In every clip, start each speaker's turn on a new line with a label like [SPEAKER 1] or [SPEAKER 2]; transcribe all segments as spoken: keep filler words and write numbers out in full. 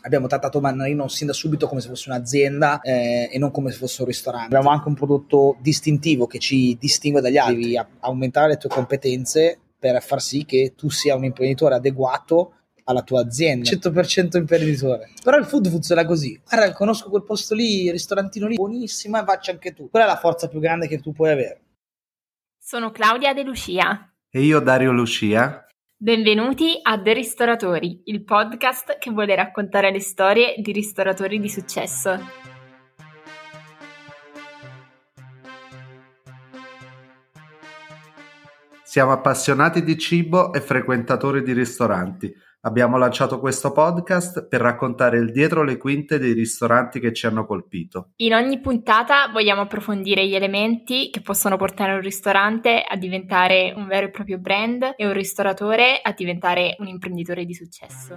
[SPEAKER 1] abbiamo trattato Mannarino sin da subito come se fosse un'azienda eh, e non come se fosse un ristorante. Abbiamo anche un prodotto distintivo che ci distingue dagli altri. Devi a- aumentare le tue competenze per far sì che tu sia un imprenditore adeguato alla tua azienda, cento per cento imprenditore. Però il food funziona così: guarda, conosco quel posto lì, il ristorantino lì, buonissimo, e faccia anche tu. Quella è la forza più grande che tu puoi avere.
[SPEAKER 2] Sono Claudia De Lucia.
[SPEAKER 3] E io Dario Lucia.
[SPEAKER 2] Benvenuti a The Ristoratori, il podcast che vuole raccontare le storie di ristoratori di successo.
[SPEAKER 3] Siamo appassionati di cibo e frequentatori di ristoranti. Abbiamo lanciato questo podcast per raccontare il dietro le quinte dei ristoranti che ci hanno colpito.
[SPEAKER 2] In ogni puntata vogliamo approfondire gli elementi che possono portare un ristorante a diventare un vero e proprio brand e un ristoratore a diventare un imprenditore di successo.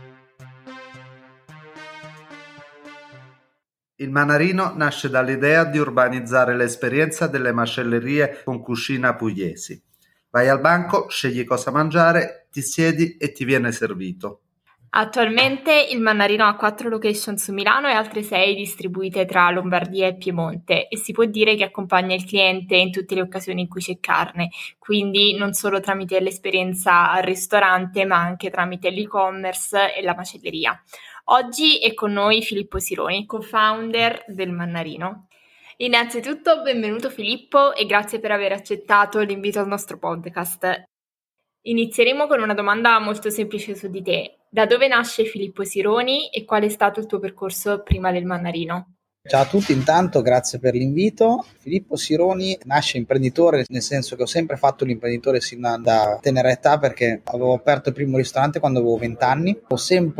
[SPEAKER 3] Il Mannarino nasce dall'idea di urbanizzare l'esperienza delle macellerie con cucina pugliesi. Vai al banco, scegli cosa mangiare, ti siedi e ti viene servito.
[SPEAKER 2] Attualmente il Mannarino ha quattro location su Milano e altre sei distribuite tra Lombardia e Piemonte, e si può dire che accompagna il cliente in tutte le occasioni in cui c'è carne, quindi non solo tramite l'esperienza al ristorante ma anche tramite l'e-commerce e la macelleria. Oggi è con noi Filippo Sironi, co-founder del Mannarino. Innanzitutto benvenuto Filippo e grazie per aver accettato l'invito al nostro podcast. Inizieremo con una domanda molto semplice su di te. Da dove nasce Filippo Sironi e qual è stato il tuo percorso prima del Mannarino?
[SPEAKER 1] Ciao a tutti, intanto grazie per l'invito. Filippo Sironi nasce imprenditore, nel senso che ho sempre fatto l'imprenditore sin da, da tenera età, perché avevo aperto il primo ristorante quando avevo venti anni. Ho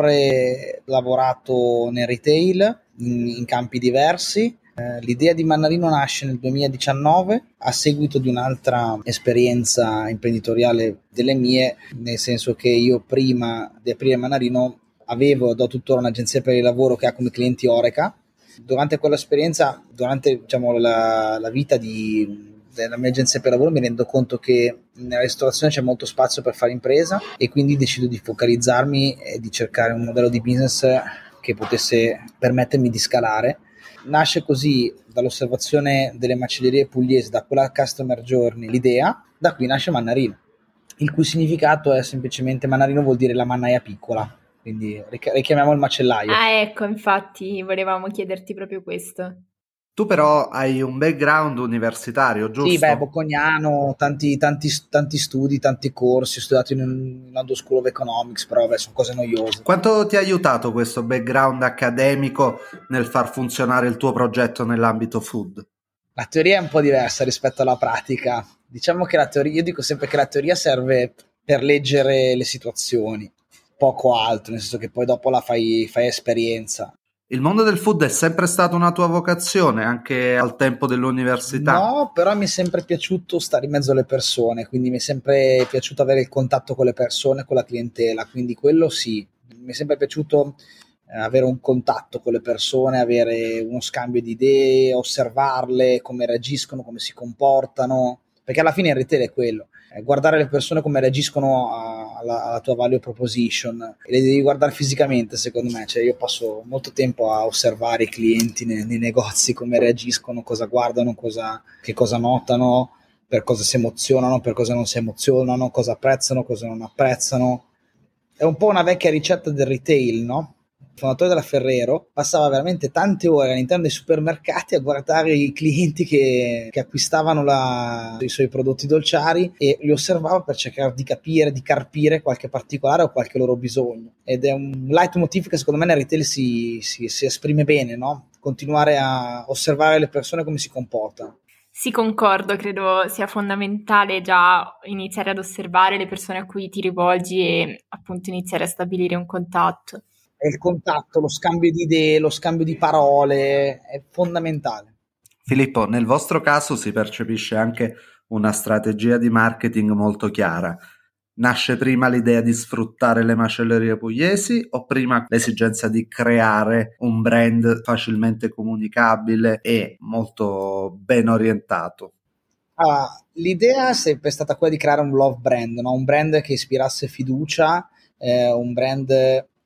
[SPEAKER 1] sempre lavorato nel retail in, in campi diversi. Eh, l'idea di Mannarino nasce nel duemiladiciannove a seguito di un'altra esperienza imprenditoriale delle mie, nel senso che io prima di aprire Mannarino avevo e do tuttora un'agenzia per il lavoro che ha come clienti Oreca. Durante quell'esperienza, durante diciamo, la, la vita di, della mia agenzia per lavoro, mi rendo conto che nella ristorazione c'è molto spazio per fare impresa e quindi decido di focalizzarmi e di cercare un modello di business che potesse permettermi di scalare. Nasce così dall'osservazione delle macellerie pugliesi, da quella customer journey, l'idea, da qui nasce Mannarino, il cui significato è semplicemente: Mannarino vuol dire la mannaia piccola, quindi richiamiamo il macellaio.
[SPEAKER 2] Ah, ecco, infatti volevamo chiederti proprio questo.
[SPEAKER 3] Tu però hai un background universitario, giusto?
[SPEAKER 1] Sì, beh, bocconiano, tanti, tanti, tanti studi, tanti corsi, ho studiato in un London School of Economics, però beh, sono cose noiose.
[SPEAKER 3] Quanto ti ha aiutato questo background accademico nel far funzionare il tuo progetto nell'ambito food?
[SPEAKER 1] La teoria è un po' diversa rispetto alla pratica. Diciamo che la teoria, io dico sempre che la teoria serve per leggere le situazioni, poco altro, nel senso che poi dopo la fai, fai esperienza.
[SPEAKER 3] Il mondo del food è sempre stata una tua vocazione, anche al tempo dell'università?
[SPEAKER 1] No, però mi è sempre piaciuto stare in mezzo alle persone, quindi mi è sempre piaciuto avere il contatto con le persone, con la clientela, quindi quello sì. Mi è sempre piaciuto eh, avere un contatto con le persone, avere uno scambio di idee, osservarle, come reagiscono, come si comportano, perché alla fine il retail è quello. Guardare le persone come reagiscono a, alla, alla tua value proposition, e le devi guardare fisicamente, secondo me. Cioè, io passo molto tempo a osservare i clienti nei, nei negozi, come reagiscono, cosa guardano, cosa, che cosa notano, per cosa si emozionano, per cosa non si emozionano, cosa apprezzano, cosa non apprezzano. È un po' una vecchia ricetta del retail, no? Il fondatore della Ferrero passava veramente tante ore all'interno dei supermercati a guardare i clienti che, che acquistavano la, i suoi prodotti dolciari, e li osservava per cercare di capire, di carpire qualche particolare o qualche loro bisogno. Ed è un leitmotiv che secondo me nel retail si, si, si esprime bene, no? Continuare a osservare le persone come si comportano.
[SPEAKER 2] Sì, concordo, credo sia fondamentale già iniziare ad osservare le persone a cui ti rivolgi e appunto iniziare a stabilire un contatto.
[SPEAKER 1] È il contatto, lo scambio di idee, lo scambio di parole, è fondamentale.
[SPEAKER 3] Filippo, nel vostro caso si percepisce anche una strategia di marketing molto chiara. Nasce prima l'idea di sfruttare le macellerie pugliesi o prima l'esigenza di creare un brand facilmente comunicabile e molto ben orientato?
[SPEAKER 1] Ah, l'idea è sempre stata quella di creare un love brand, no? Un brand che ispirasse fiducia, eh, un brand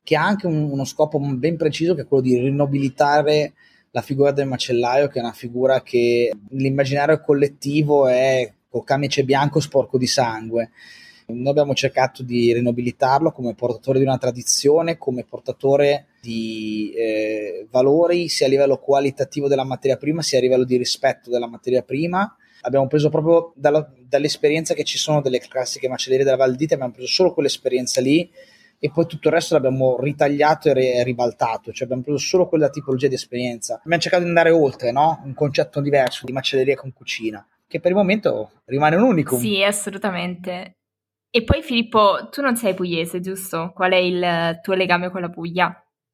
[SPEAKER 1] che ha anche un, uno scopo ben preciso, che è quello di rinobilitare la figura del macellaio, che è una figura che nell'immaginario collettivo è col camice bianco sporco di sangue. Noi abbiamo cercato di rinobilitarlo come portatore di una tradizione, come portatore di eh, valori sia a livello qualitativo della materia prima sia a livello di rispetto della materia prima. Abbiamo preso proprio dalla, dall'esperienza che ci sono delle classiche macellerie della Val d'Ite, abbiamo preso solo quell'esperienza lì e poi tutto il resto l'abbiamo ritagliato e re- ribaltato, cioè abbiamo preso solo quella tipologia di esperienza. Abbiamo cercato di andare oltre, no? Un concetto diverso di macelleria con cucina, che per il momento rimane un unicum.
[SPEAKER 2] Sì, assolutamente. E poi Filippo, tu non sei pugliese, giusto? Qual è il tuo legame con la Puglia?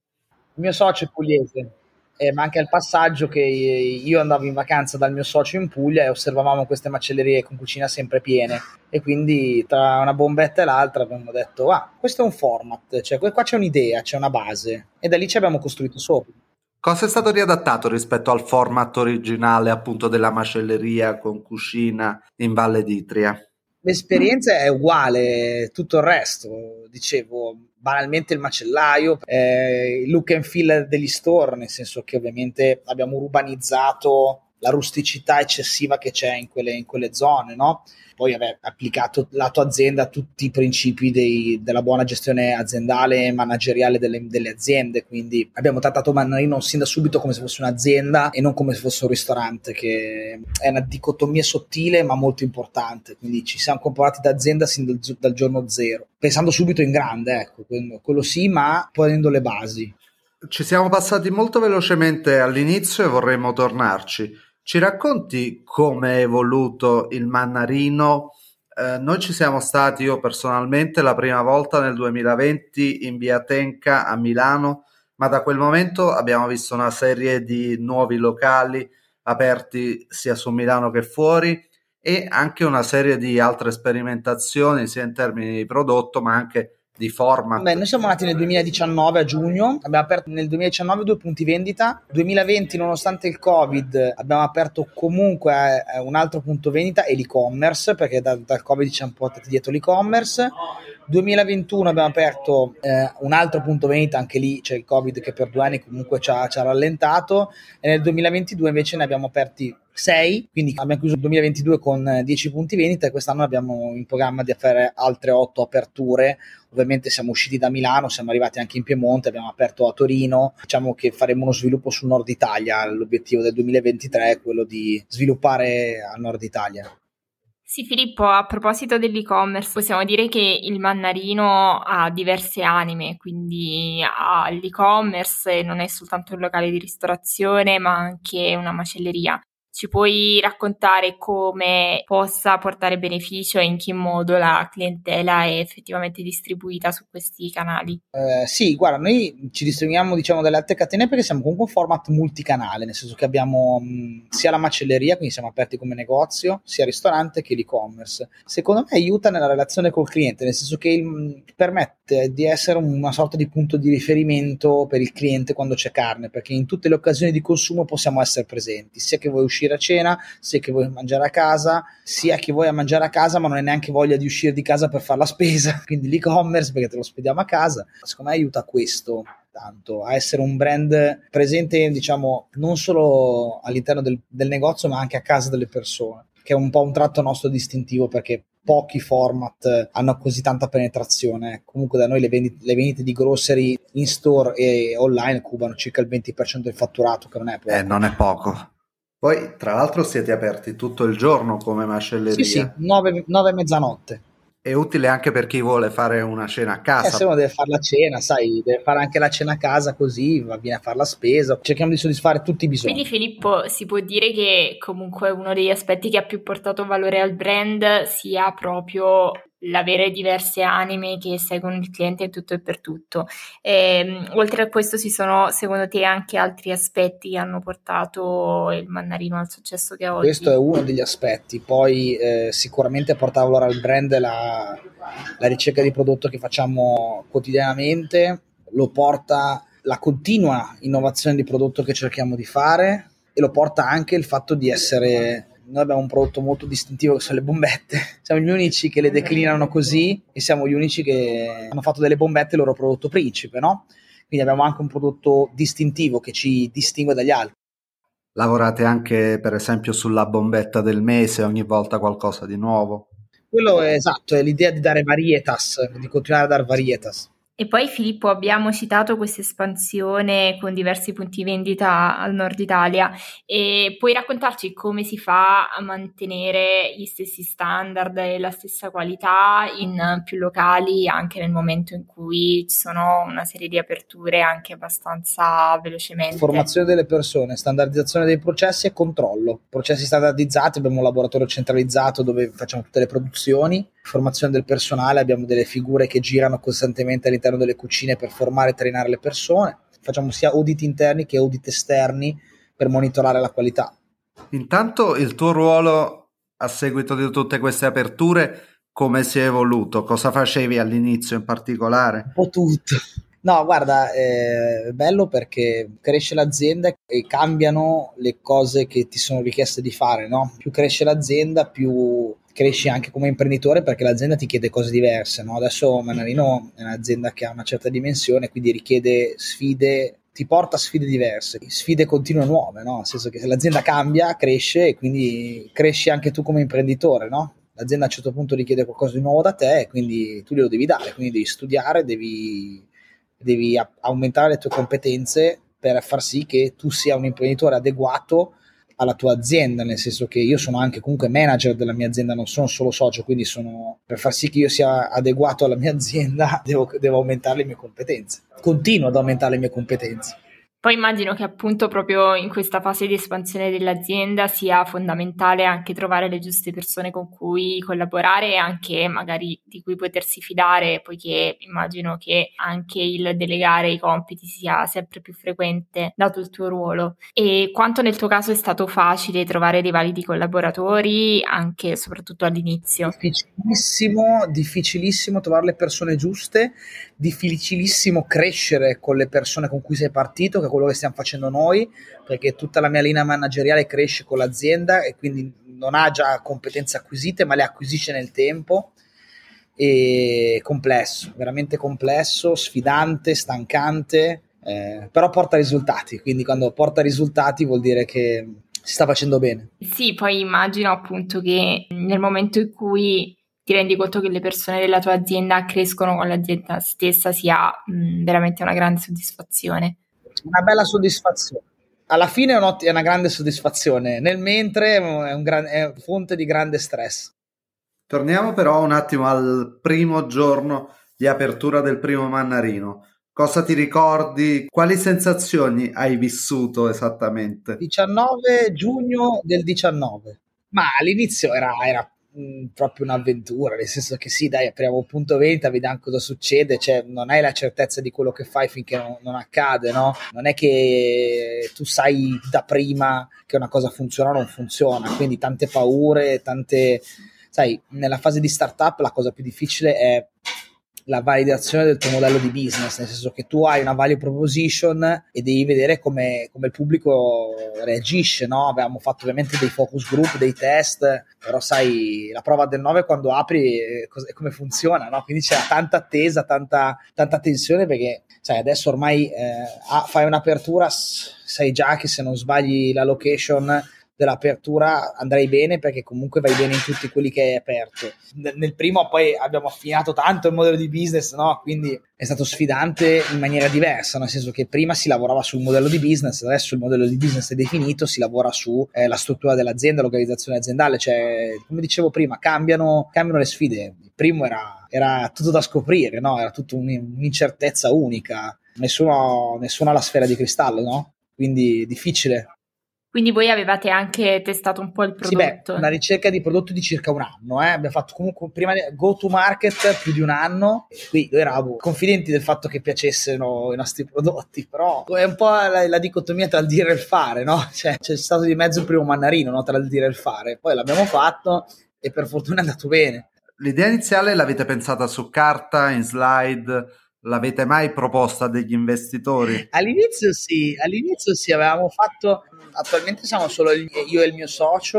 [SPEAKER 1] Il mio socio è pugliese, eh, ma anche il passaggio che io andavo in vacanza dal mio socio in Puglia e osservavamo queste macellerie con cucina sempre piene, e quindi tra una bombetta e l'altra abbiamo detto ah, questo è un format, cioè qua c'è un'idea, c'è una base, e da lì ci abbiamo costruito sopra.
[SPEAKER 3] Cosa è stato riadattato rispetto al format originale appunto della macelleria con cucina in Valle d'Itria?
[SPEAKER 1] L'esperienza è uguale, tutto il resto, dicevo, banalmente il macellaio, eh, il look and feel degli store, nel senso che ovviamente abbiamo urbanizzato la rusticità eccessiva che c'è in quelle, in quelle zone, no? Poi aver applicato lato azienda tutti i principi dei, della buona gestione aziendale e manageriale delle, delle aziende, quindi abbiamo trattato Mannarino sin da subito come se fosse un'azienda e non come se fosse un ristorante, che è una dicotomia sottile ma molto importante, quindi ci siamo comportati da azienda sin dal, dal giorno zero, pensando subito in grande, ecco, quello, quello sì, ma ponendo le basi.
[SPEAKER 3] Ci siamo passati molto velocemente all'inizio e vorremmo tornarci. Ci racconti come è evoluto il Mannarino? Eh, noi ci siamo stati, io personalmente, la prima volta nel duemilaventi in via Tenca a Milano, ma da quel momento abbiamo visto una serie di nuovi locali aperti sia su Milano che fuori e anche una serie di altre sperimentazioni sia in termini di prodotto ma anche di format.
[SPEAKER 1] Beh, noi siamo nati nel duemiladiciannove a giugno, abbiamo aperto nel duemiladiciannove due punti vendita, duemilaventi nonostante il Covid abbiamo aperto comunque eh, un altro punto vendita e l'e-commerce, perché da, dal Covid ci siamo portati dietro l'e-commerce. duemilaventuno abbiamo aperto eh, un altro punto vendita, anche lì c'è il Covid che per due anni comunque ci ha, ci ha rallentato, e nel duemilaventidue invece ne abbiamo aperti sei, quindi abbiamo chiuso il duemilaventidue con dieci punti vendita e quest'anno abbiamo in programma di fare altre otto aperture. Ovviamente siamo usciti da Milano, siamo arrivati anche in Piemonte, abbiamo aperto a Torino, diciamo che faremo uno sviluppo sul nord Italia, l'obiettivo del duemilaventitré è quello di sviluppare al nord Italia.
[SPEAKER 2] Sì, Filippo, a proposito dell'e-commerce, possiamo dire che il Mannarino ha diverse anime, quindi ha l'e-commerce, non è soltanto un locale di ristorazione, ma anche una macelleria. Ci puoi raccontare come possa portare beneficio e in che modo la clientela è effettivamente distribuita su questi canali?
[SPEAKER 1] Eh, sì, guarda, noi ci distribuiamo, diciamo, dalle altre catene perché siamo comunque un format multicanale, nel senso che abbiamo mh, sia la macelleria, quindi siamo aperti come negozio, sia ristorante che l'e-commerce. Secondo me aiuta nella relazione col cliente, nel senso che il, permette di essere una sorta di punto di riferimento per il cliente quando c'è carne, perché in tutte le occasioni di consumo possiamo essere presenti, sia che vuoi uscire a cena, sia che vuoi mangiare a casa, sia che vuoi mangiare a casa ma non hai neanche voglia di uscire di casa per fare la spesa, quindi l'e-commerce perché te lo spediamo a casa. Secondo me aiuta questo tanto a essere un brand presente, diciamo, non solo all'interno del, del negozio ma anche a casa delle persone, che è un po' un tratto nostro distintivo perché pochi format hanno così tanta penetrazione. Comunque da noi le vendite, le vendite di grocery in store e online cubano circa il venti per cento del fatturato, che non è poco.
[SPEAKER 3] Eh, non è poco. Poi, tra l'altro, siete aperti tutto il giorno come macelleria.
[SPEAKER 1] Sì, sì, nove e mezzanotte.
[SPEAKER 3] È utile anche per chi vuole fare una cena a casa.
[SPEAKER 1] Eh, se uno deve fare la cena, sai, deve fare anche la cena a casa, così va bene a fare la spesa. Cerchiamo di soddisfare tutti i bisogni.
[SPEAKER 2] Quindi Filippo, si può dire che comunque uno degli aspetti che ha più portato valore al brand sia proprio l'avere diverse anime che seguono il cliente in tutto e per tutto. E, oltre a questo ci sono secondo te anche altri aspetti che hanno portato il Mannarino al successo che ha oggi?
[SPEAKER 1] Questo è uno degli aspetti, poi eh, sicuramente porta valore al brand la, la ricerca di prodotto che facciamo quotidianamente, lo porta la continua innovazione di prodotto che cerchiamo di fare e lo porta anche il fatto di essere noi abbiamo un prodotto molto distintivo che sono le bombette, siamo gli unici che le declinano così e siamo gli unici che hanno fatto delle bombette il loro prodotto principe, no? Quindi abbiamo anche un prodotto distintivo che ci distingue dagli altri.
[SPEAKER 3] Lavorate anche per esempio sulla bombetta del mese, ogni volta qualcosa di nuovo?
[SPEAKER 1] Quello è esatto, è l'idea di dare varietas, di continuare a dare varietas.
[SPEAKER 2] E poi Filippo, abbiamo citato questa espansione con diversi punti vendita al nord Italia, e puoi raccontarci come si fa a mantenere gli stessi standard e la stessa qualità in più locali anche nel momento in cui ci sono una serie di aperture anche abbastanza velocemente?
[SPEAKER 1] Formazione delle persone, standardizzazione dei processi e controllo. Processi standardizzati, abbiamo un laboratorio centralizzato dove facciamo tutte le produzioni. Formazione del personale, abbiamo delle figure che girano costantemente all'interno delle cucine per formare e trainare le persone. Facciamo sia audit interni che audit esterni per monitorare la qualità.
[SPEAKER 3] Intanto il tuo ruolo a seguito di tutte queste aperture come si è evoluto? Cosa facevi all'inizio in particolare?
[SPEAKER 1] Un po' tutto. No, guarda, è bello perché cresce l'azienda e cambiano le cose che ti sono richieste di fare, no? Più cresce l'azienda, più cresci anche come imprenditore perché l'azienda ti chiede cose diverse, no? Adesso Mannarino è un'azienda che ha una certa dimensione, quindi richiede sfide, ti porta a sfide diverse, sfide continue nuove, no? Nel senso che se l'azienda cambia, cresce e quindi cresci anche tu come imprenditore, no? L'azienda a un certo punto richiede qualcosa di nuovo da te e quindi tu glielo devi dare, quindi devi studiare, devi, devi aumentare le tue competenze per far sì che tu sia un imprenditore adeguato alla tua azienda, nel senso che io sono anche comunque manager della mia azienda, non sono solo socio, quindi sono, per far sì che io sia adeguato alla mia azienda devo, devo aumentare le mie competenze, continuo ad aumentare le mie competenze.
[SPEAKER 2] Poi immagino che appunto proprio in questa fase di espansione dell'azienda sia fondamentale anche trovare le giuste persone con cui collaborare e anche magari di cui potersi fidare, poiché immagino che anche il delegare i compiti sia sempre più frequente dato il tuo ruolo. E quanto nel tuo caso è stato facile trovare dei validi collaboratori anche e soprattutto all'inizio?
[SPEAKER 1] Difficilissimo, difficilissimo trovare le persone giuste, difficilissimo crescere con le persone con cui sei partito, che è quello che stiamo facendo noi, perché tutta la mia linea manageriale cresce con l'azienda e quindi non ha già competenze acquisite, ma le acquisisce nel tempo. E complesso, veramente complesso, sfidante, stancante, eh, però porta risultati, quindi quando porta risultati vuol dire che si sta facendo bene.
[SPEAKER 2] Sì, poi immagino appunto che nel momento in cui ti rendi conto che le persone della tua azienda crescono con l'azienda stessa sia mh, veramente una grande soddisfazione.
[SPEAKER 1] Una bella soddisfazione. Alla fine è, è una grande soddisfazione, nel mentre è, un gran, è fonte di grande stress.
[SPEAKER 3] Torniamo però un attimo al primo giorno di apertura del primo Mannarino. Cosa ti ricordi? Quali sensazioni hai vissuto esattamente?
[SPEAKER 1] diciannove giugno del diciannove. Ma all'inizio era, era mh, proprio un'avventura, nel senso che sì, dai, apriamo un punto vendita, vediamo cosa succede, cioè non hai la certezza di quello che fai finché non, non accade, no? Non è che tu sai da prima che una cosa funziona o non funziona, quindi tante paure, tante... Sai, nella fase di startup la cosa più difficile è la validazione del tuo modello di business, nel senso che tu hai una value proposition e devi vedere come, come il pubblico reagisce, no? Abbiamo fatto ovviamente dei focus group, dei test, però sai, la prova del nove quando apri è, è come funziona, no? Quindi c'è tanta attesa, tanta, tanta tensione perché sai, adesso ormai eh, fai un'apertura, sai già che se non sbagli la location dell'apertura andrei bene perché comunque vai bene in tutti quelli che hai aperto. Nel primo poi abbiamo affinato tanto il modello di business, no? Quindi è stato sfidante in maniera diversa, nel senso che prima si lavorava sul modello di business, adesso il modello di business è definito, si lavora su eh, la struttura dell'azienda, l'organizzazione aziendale, cioè come dicevo prima cambiano, cambiano le sfide. Il primo era, era tutto da scoprire, no? Era tutta un'incertezza unica, nessuno, nessuno ha la sfera di cristallo, no? Quindi difficile.
[SPEAKER 2] Quindi voi avevate anche testato un po' il prodotto?
[SPEAKER 1] Sì, beh, una ricerca di prodotto di circa un anno, eh. Abbiamo fatto comunque prima go to market più di un anno, qui eravamo confidenti del fatto che piacessero i nostri prodotti, però è un po' la, la dicotomia tra il dire e il fare, no? Cioè c'è stato di mezzo il primo Mannarino, no? Tra il dire e il fare, poi l'abbiamo fatto e per fortuna è andato bene.
[SPEAKER 3] L'idea iniziale l'avete pensata su carta, in slide? L'avete mai proposta a degli investitori?
[SPEAKER 1] All'inizio sì, all'inizio sì, avevamo fatto, attualmente siamo solo io e il mio socio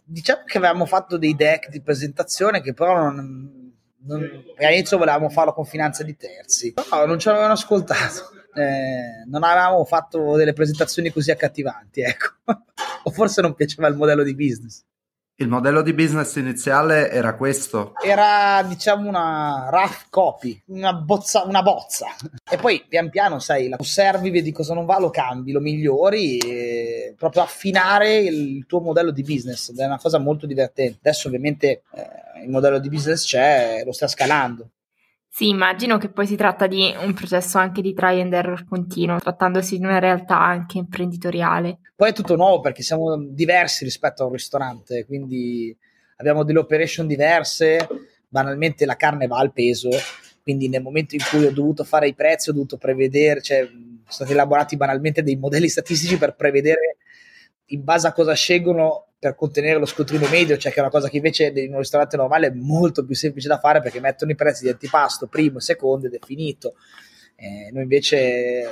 [SPEAKER 1] Diciamo che avevamo fatto dei deck di presentazione che però non, non all'inizio volevamo farlo con finanza di terzi, però non ci avevano ascoltato, eh, non avevamo fatto delle presentazioni così accattivanti, ecco. O forse non piaceva il modello di business.
[SPEAKER 3] Il modello di business iniziale era questo?
[SPEAKER 1] Era, diciamo, una rough copy, una bozza, una bozza. E poi pian piano, sai, la osservi, vedi cosa non va, lo cambi, lo migliori, e proprio affinare il tuo modello di business. Ed è una cosa molto divertente. Adesso ovviamente eh, il modello di business c'è, lo sta scalando.
[SPEAKER 2] Sì, immagino che poi si tratta di un processo anche di try and error continuo, trattandosi di una realtà anche imprenditoriale.
[SPEAKER 1] Poi è tutto nuovo perché siamo diversi rispetto a un ristorante, quindi abbiamo delle operation diverse, banalmente la carne va al peso, quindi nel momento in cui ho dovuto fare i prezzi ho dovuto prevedere, cioè sono stati elaborati banalmente dei modelli statistici per prevedere in base a cosa scelgono per contenere lo scontrino medio, cioè che è una cosa che invece in un ristorante normale è molto più semplice da fare perché mettono i prezzi di antipasto, primo e secondo ed è finito. Eh, noi invece è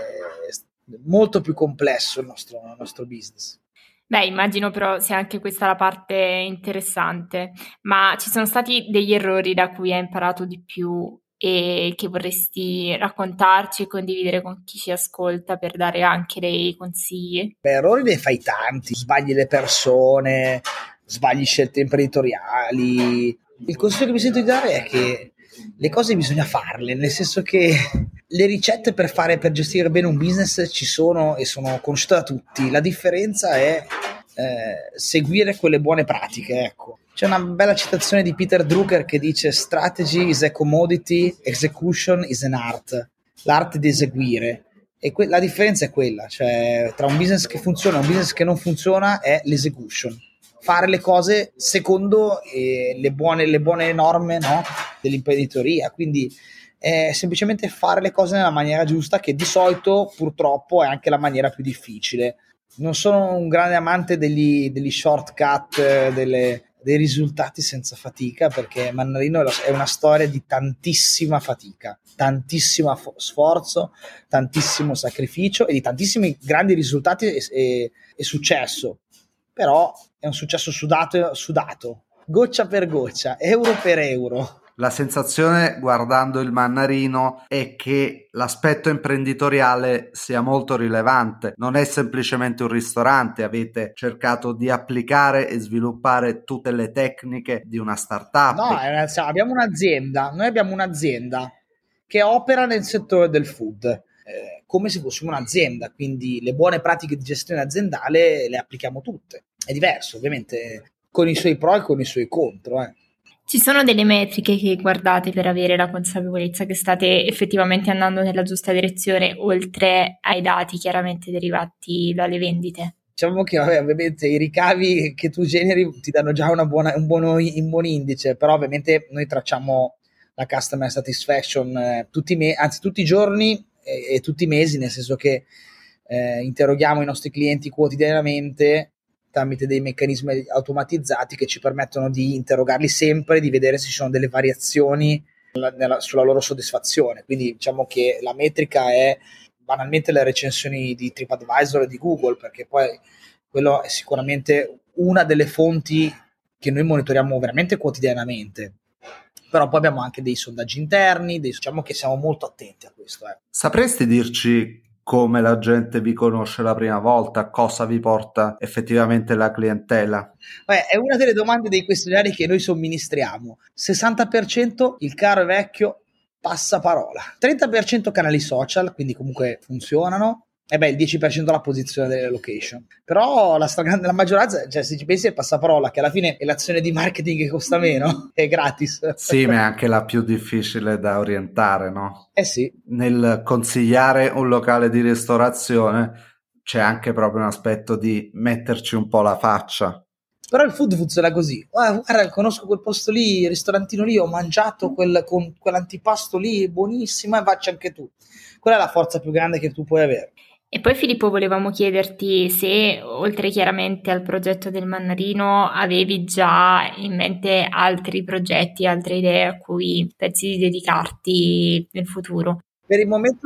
[SPEAKER 1] molto più complesso il nostro, il nostro business.
[SPEAKER 2] Beh, immagino però sia anche questa la parte interessante, ma ci sono stati degli errori da cui hai imparato di più e che vorresti raccontarci e condividere con chi ci ascolta per dare anche dei consigli?
[SPEAKER 1] Beh, errori ne fai tanti, sbagli le persone, sbagli scelte imprenditoriali. Il consiglio che mi sento di dare è che le cose bisogna farle, nel senso che le ricette per fare, per gestire bene un business ci sono e sono conosciute da tutti. La differenza è eh, seguire quelle buone pratiche, ecco. C'è una bella citazione di Peter Drucker che dice: strategy is a commodity, execution is an art. L'arte di eseguire. E que- la differenza è quella, cioè tra un business che funziona e un business che non funziona è l'execution. Fare le cose secondo eh, le, buone, le buone norme, no? Dell'imprenditoria. Quindi è semplicemente fare le cose nella maniera giusta, che di solito purtroppo è anche la maniera più difficile. Non sono un grande amante degli, degli shortcut, delle, dei risultati senza fatica, perché Mannarino è una storia di tantissima fatica, tantissimo sforzo, tantissimo sacrificio e di tantissimi grandi risultati e, e, e successo. Però è un successo sudato, sudato, goccia per goccia, euro per euro.
[SPEAKER 3] La sensazione guardando il Mannarino è che l'aspetto imprenditoriale sia molto rilevante, non è semplicemente un ristorante, avete cercato di applicare e sviluppare tutte le tecniche di una startup.
[SPEAKER 1] No, abbiamo un'azienda, noi abbiamo un'azienda che opera nel settore del food, eh, come se fossimo un'azienda, quindi le buone pratiche di gestione aziendale le applichiamo tutte. È diverso, ovviamente, con i suoi pro e con i suoi contro, eh.
[SPEAKER 2] Ci sono delle metriche che guardate per avere la consapevolezza che state effettivamente andando nella giusta direzione, oltre ai dati chiaramente derivati dalle vendite?
[SPEAKER 1] Diciamo che vabbè, ovviamente i ricavi che tu generi ti danno già una buona, un, buono, un buon indice, però ovviamente noi tracciamo la customer satisfaction eh, tutti, me- anzi, tutti i giorni e, e tutti i mesi, nel senso che eh, interroghiamo i nostri clienti quotidianamente tramite dei meccanismi automatizzati che ci permettono di interrogarli sempre, di vedere se ci sono delle variazioni nella, nella, sulla loro soddisfazione. Quindi diciamo che la metrica è banalmente le recensioni di TripAdvisor e di Google, perché poi quello è sicuramente una delle fonti che noi monitoriamo veramente quotidianamente. Però poi abbiamo anche dei sondaggi interni, dei, diciamo che siamo molto attenti a questo. Eh.
[SPEAKER 3] Sapresti dirci come la gente vi conosce la prima volta, cosa vi porta effettivamente la clientela?
[SPEAKER 1] Beh, è una delle domande dei questionari che noi somministriamo. sessanta per cento il caro e vecchio passaparola, trenta per cento canali social, quindi comunque funzionano, e beh, il dieci per cento la posizione delle location. Però la, stragrande, la maggioranza, cioè se ci pensi, è passaparola, che alla fine è l'azione di marketing che costa meno, è gratis.
[SPEAKER 3] Sì, ma è anche la più difficile da orientare, no?
[SPEAKER 1] Eh sì.
[SPEAKER 3] Nel consigliare un locale di ristorazione c'è anche proprio un aspetto di metterci un po' la faccia.
[SPEAKER 1] Però il food funziona così. Ah, guarda, conosco quel posto lì, il ristorantino lì, ho mangiato quel, con quell'antipasto lì, buonissimo, e facci anche tu. Quella è la forza più grande che tu puoi avere.
[SPEAKER 2] E poi Filippo, volevamo chiederti se, oltre chiaramente al progetto del Mannarino, avevi già in mente altri progetti, altre idee a cui pensi di dedicarti nel futuro.
[SPEAKER 1] Per il momento sono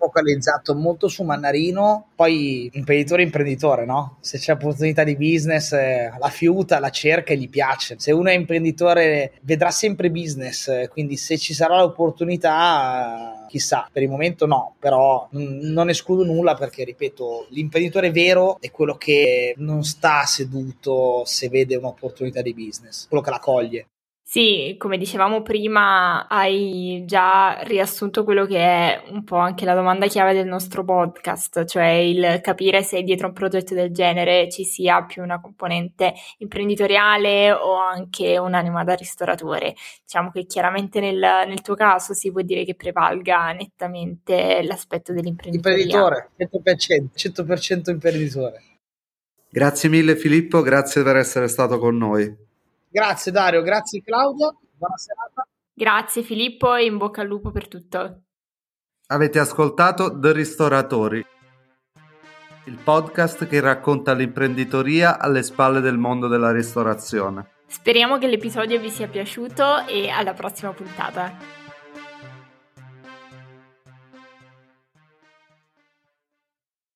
[SPEAKER 1] focalizzato molto su Mannarino, poi imprenditore imprenditore, no? Se c'è opportunità di business eh, la fiuta, la cerca e gli piace. Se uno è imprenditore vedrà sempre business, eh, quindi se ci sarà l'opportunità eh, chissà, per il momento no, però mh, non escludo nulla perché ripeto, l'imprenditore vero è quello che non sta seduto se vede un'opportunità di business, quello che la coglie.
[SPEAKER 2] Sì, come dicevamo prima, hai già riassunto quello che è un po' anche la domanda chiave del nostro podcast, cioè il capire se dietro un progetto del genere ci sia più una componente imprenditoriale o anche un'anima da ristoratore. Diciamo che chiaramente nel, nel tuo caso si può dire che prevalga nettamente l'aspetto dell'imprenditoria.
[SPEAKER 1] Imprenditore, cento per cento, cento per cento imprenditore.
[SPEAKER 3] Grazie mille Filippo, grazie per essere stato con noi.
[SPEAKER 1] Grazie Dario, grazie Claudio, buona serata.
[SPEAKER 2] Grazie Filippo e in bocca al lupo per tutto.
[SPEAKER 3] Avete ascoltato The Ristoratori, il podcast che racconta l'imprenditoria alle spalle del mondo della ristorazione.
[SPEAKER 2] Speriamo che l'episodio vi sia piaciuto e alla prossima puntata.